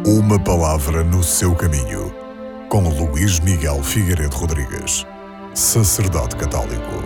Uma palavra no seu caminho, com Luís Miguel Figueiredo Rodrigues, sacerdote católico.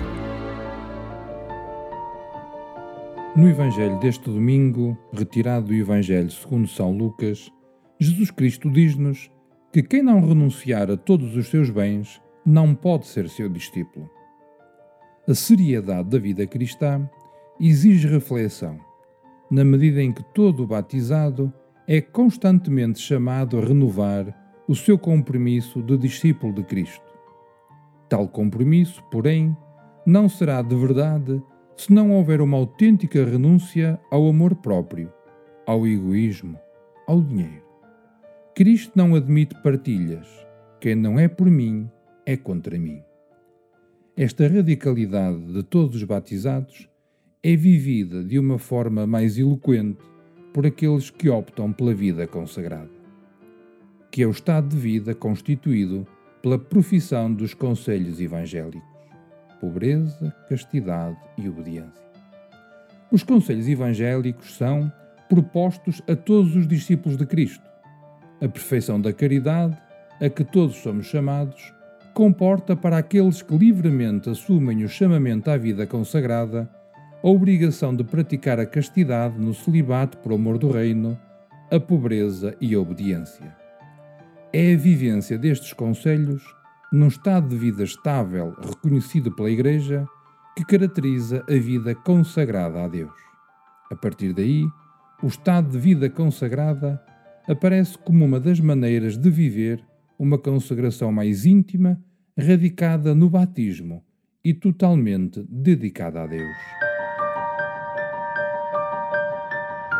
No Evangelho deste domingo, retirado do Evangelho segundo São Lucas, Jesus Cristo diz-nos que quem não renunciar a todos os seus bens não pode ser seu discípulo. A seriedade da vida cristã exige reflexão, na medida em que todo batizado é constantemente chamado a renovar o seu compromisso de discípulo de Cristo. Tal compromisso, porém, não será de verdade se não houver uma autêntica renúncia ao amor próprio, ao egoísmo, ao dinheiro. Cristo não admite partilhas. Quem não é por mim, é contra mim. Esta radicalidade de todos os batizados é vivida de uma forma mais eloquente por aqueles que optam pela vida consagrada, que é o estado de vida constituído pela profissão dos conselhos evangélicos: pobreza, castidade e obediência. Os conselhos evangélicos são propostos a todos os discípulos de Cristo. A perfeição da caridade, a que todos somos chamados, comporta para aqueles que livremente assumem o chamamento à vida consagrada a obrigação de praticar a castidade no celibato por amor do reino, a pobreza e a obediência. É a vivência destes conselhos, num estado de vida estável reconhecido pela Igreja, que caracteriza a vida consagrada a Deus. A partir daí, o estado de vida consagrada aparece como uma das maneiras de viver uma consagração mais íntima, radicada no batismo e totalmente dedicada a Deus.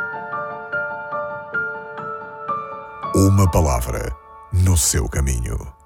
Uma palavra no seu caminho.